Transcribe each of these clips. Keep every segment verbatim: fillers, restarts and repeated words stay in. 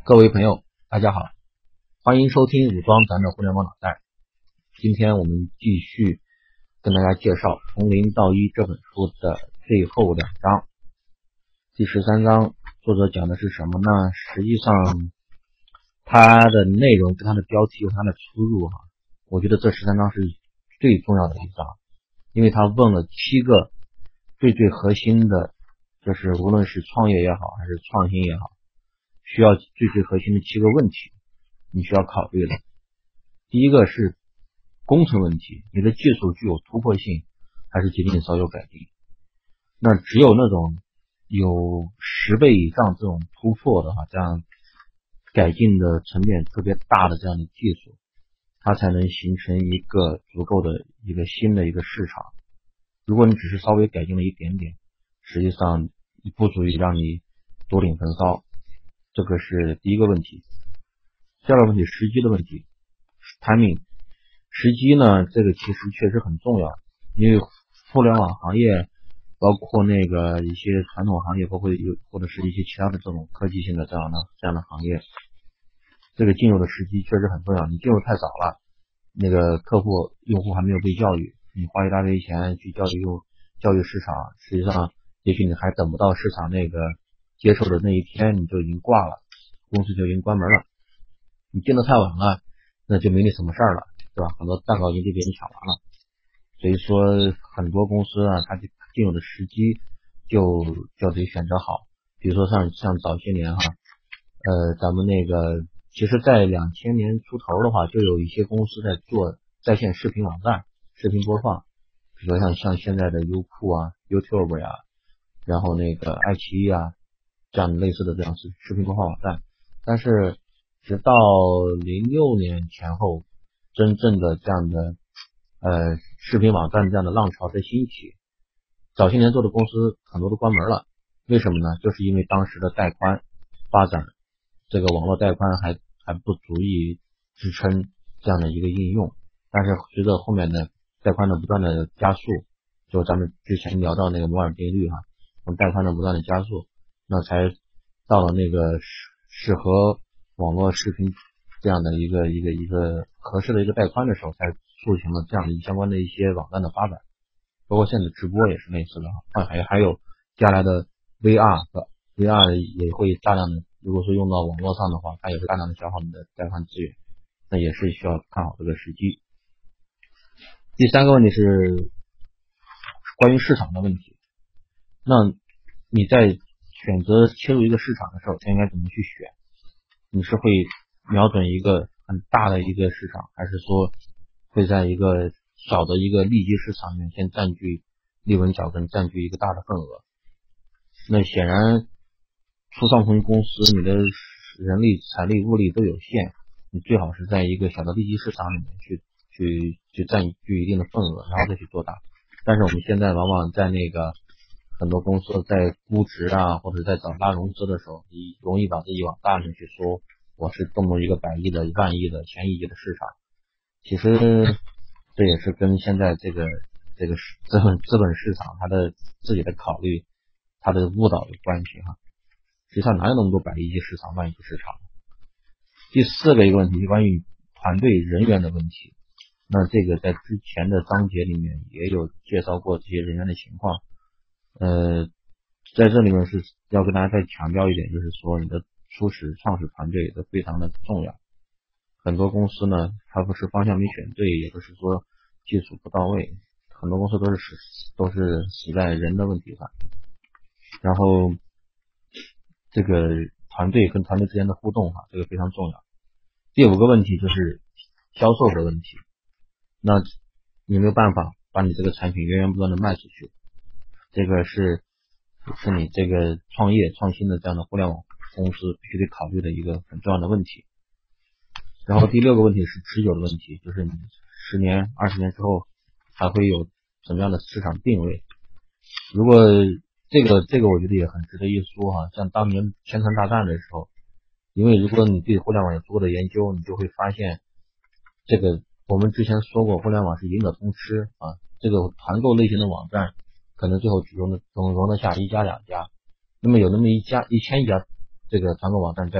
各位朋友，大家好，欢迎收听武装咱的互联网脑袋。今天我们继续跟大家介绍《从零到一》这本书的最后两章。第十三章，作者讲的是什么呢？实际上，它的内容跟它的标题有它的出入哈。我觉得这十三章是最重要的一章，因为他问了七个最最核心的，就是无论是创业也好，还是创新也好，需要最最核心的七个问题，你需要考虑的。第一个是工程问题，你的技术具有突破性，还是仅仅稍有改进？那只有那种有十倍以上这种突破的话，这样改进的层面特别大的这样的技术，它才能形成一个足够的一个新的一个市场。如果你只是稍微改进了一点点，实际上不足以让你多领风骚。这个是第一个问题。第二个问题，时机的问题 timing 时机呢，这个其实确实很重要，因为互联网行业包括那个一些传统行业，包括有或者是一些其他的这种科技性的这样的这样的行业，这个进入的时机确实很重要。你进入太早了，那个客户用户还没有被教育，你花一大堆钱去教育用教育市场，实际上也许你还等不到市场那个接受的那一天，你就已经挂了，公司就已经关门了。你进得太晚了，那就没你什么事儿了，对吧？很多蛋糕已经被别人抢完了。所以说很多公司啊，它进入的时机就就得选择好。比如说像像早些年哈，呃，咱们那个其实在两千年出头的话，就有一些公司在做在线视频网站、视频播放，比如说像像现在的优酷啊、YouTube 呀、啊，然后那个爱奇艺啊，这样类似的这样视视频播放网站。但是直到零六年前后，真正的这样的呃视频网站这样的浪潮在兴起，早些年做的公司很多都关门了。为什么呢？就是因为当时的带宽发展，这个网络带宽还还不足以支撑这样的一个应用。但是随着后面的带宽的不断的加速，就咱们之前聊到那个摩尔定律哈，从带宽的不断的加速，那才到了那个适合网络视频这样的一个一个一个合适的一个带宽的时候，才促成了这样的相关的一些网站的发展。包括现在直播也是类似的哈，还还有接下来的 V R 和 V R 也会大量的，如果说用到网络上的话，它也会大量的消耗你的带宽资源，那也是需要看好这个时机。第三个问题是关于市场的问题，那你在选择切入一个市场的时候，应该怎么去选？你是会瞄准一个很大的一个市场，还是说会在一个小的一个利基市场里面先占据立稳脚跟，占据一个大的份额？那显然初创公司你的人力、财力、物力都有限，你最好是在一个小的利基市场里面去去去占据一定的份额，然后再去做大。但是我们现在往往在那个很多公司在估值啊，或者在找大融资的时候，你容易把自己往大里去说，我是动用一个百亿的、万亿的、千亿的市场。其实这也是跟现在这个这个资本资本市场它的自己的考虑，它的误导有关系哈。实际上哪有那么多百亿级市场、万亿级市场？第四个一个问题是关于团队人员的问题。那这个在之前的章节里面也有介绍过这些人员的情况。呃，在这里面是要跟大家再强调一点，就是说你的初始创始团队都非常的重要。很多公司呢，它不是方向没选对，也不是说技术不到位，很多公司都是死都是死在人的问题上。然后这个团队跟团队之间的互动哈，这个非常重要。第五个问题就是销售的问题。那你有没有办法把你这个产品源源不断的卖出去？这个是是你这个创业创新的这样的互联网公司必须得考虑的一个很重要的问题。然后第六个问题是持久的问题，就是你十年、二十年之后还会有什么样的市场定位？如果这个这个我觉得也很值得一说哈，像当年千团大战的时候，因为如果你对互联网有足够的研究，你就会发现这个我们之前说过，互联网是赢者通吃啊，这个团购类型的网站可能最后只容得容容得下一家两家，那么有那么一家一千家这个团购网站在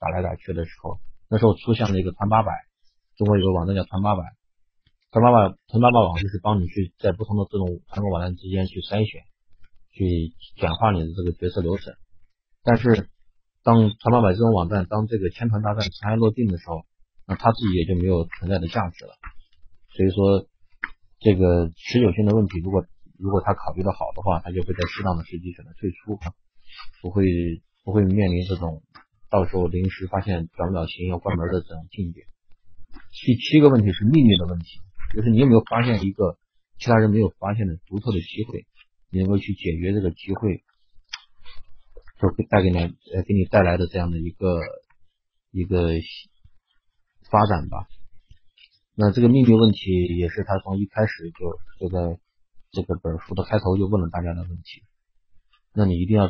打来打去的时候，那时候出现了一个团八百，中国有个网站叫团八百，团八百团八百网就是帮你去在不同的这种团购网站之间去筛选，去简化你的这个决策流程。但是当团八百这种网站当这个千团大战尘埃落定的时候，那它自己也就没有存在的价值了。所以说这个持久性的问题，如果如果他考虑的好的话，他就会在适当的时机选择退出，不会不会面临这种到时候临时发现转不了型要关门的这种境地。第七个问题是秘密的问题，就是你有没有发现一个其他人没有发现的独特的机会，你能够去解决这个机会，就会带给你呃给你带来的这样的一个一个发展吧。那这个秘密问题也是他从一开始就就在这个本书的开头就问了大家的问题。那你一定要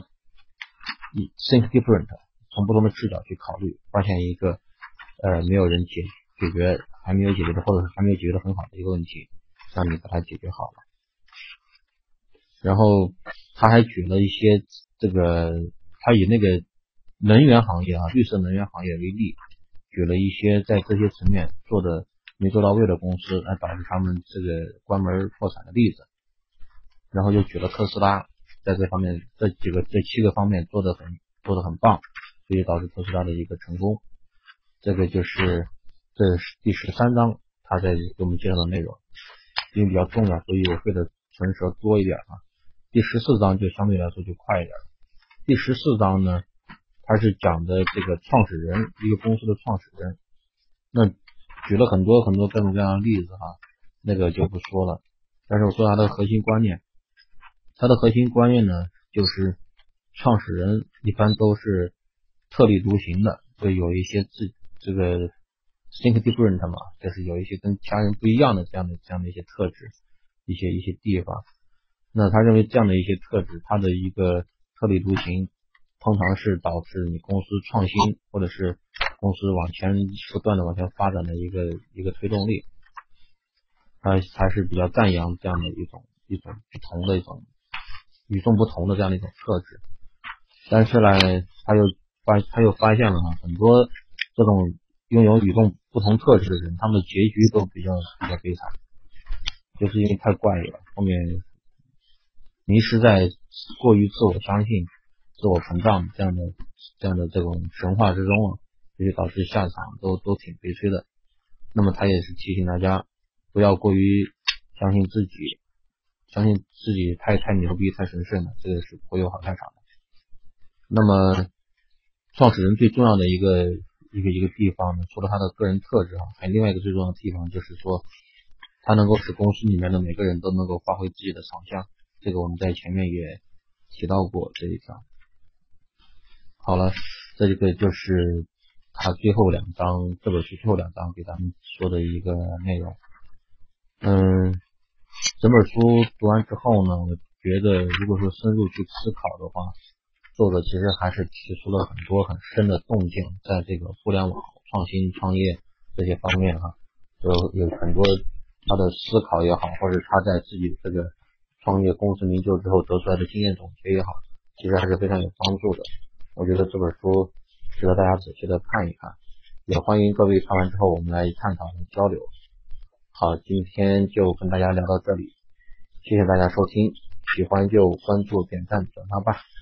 think different， 从不同的视角去考虑，发现一个呃没有人解解决还没有解决的或者是还没有解决的很好的一个问题，让你把它解决好了。然后他还举了一些这个他以那个能源行业啊绿色能源行业为例，举了一些在这些层面做的没做到位的公司来导致他们这个关门破产的例子，然后又举了特斯拉在这方面这几个这七个方面做得很做得很棒，所以导致特斯拉的一个成功。这个就是这是第十三章他在给我们介绍的内容，因为比较重要，所以我会的唇舌多一点啊。第十四章就相对来说就快一点。第十四章呢，它是讲的这个创始人，一个公司的创始人，那举了很多很多各种各样的例子哈，那个就不说了。但是我说它的核心观念，它的核心观念呢，就是创始人一般都是特立独行的，就有一些自这个 think different 嘛，就是有一些跟其他人不一样的这样的这样的一些特质，一些一些地方。那他认为这样的一些特质，它的一个特立独行，通常是导致你公司创新或者是公司往前不断的往前发展的一个一个推动力。他还是比较赞扬这样的一种一种不同的一种与众不同的这样的一种特质。但是呢，他又发他又发现了啊，很多这种拥有与众不同特质的人，他们的结局都比较比较悲惨，就是因为太怪异了，后面迷失在过于自我相信、自我膨胀这样的这样的这种神话之中啊，所以导致下场都都挺悲催的。那么他也是提醒大家，不要过于相信自己，相信自己太太牛逼、太神圣了，这个是不会有好下场的。那么创始人最重要的一个一个一个地方呢，除了他的个人特质啊，还有另外一个最重要的地方就是说，他能够使公司里面的每个人都能够发挥自己的长项。这个我们在前面也提到过这一条。好了，这个就是他最后两章，这本书最后两章给咱们说的一个内容。嗯，整本书读完之后呢，我觉得如果说深入去思考的话，作者其实还是提出了很多很深的洞见，在这个互联网创新创业这些方面哈，有有很多他的思考也好，或者他在自己这个创业公司名就之后得出来的经验总结也好，其实还是非常有帮助的。我觉得这本书值得大家仔细的看一看，也欢迎各位看完之后我们来探讨和交流。好，今天就跟大家聊到这里，谢谢大家收听，喜欢就关注、点赞、转发吧。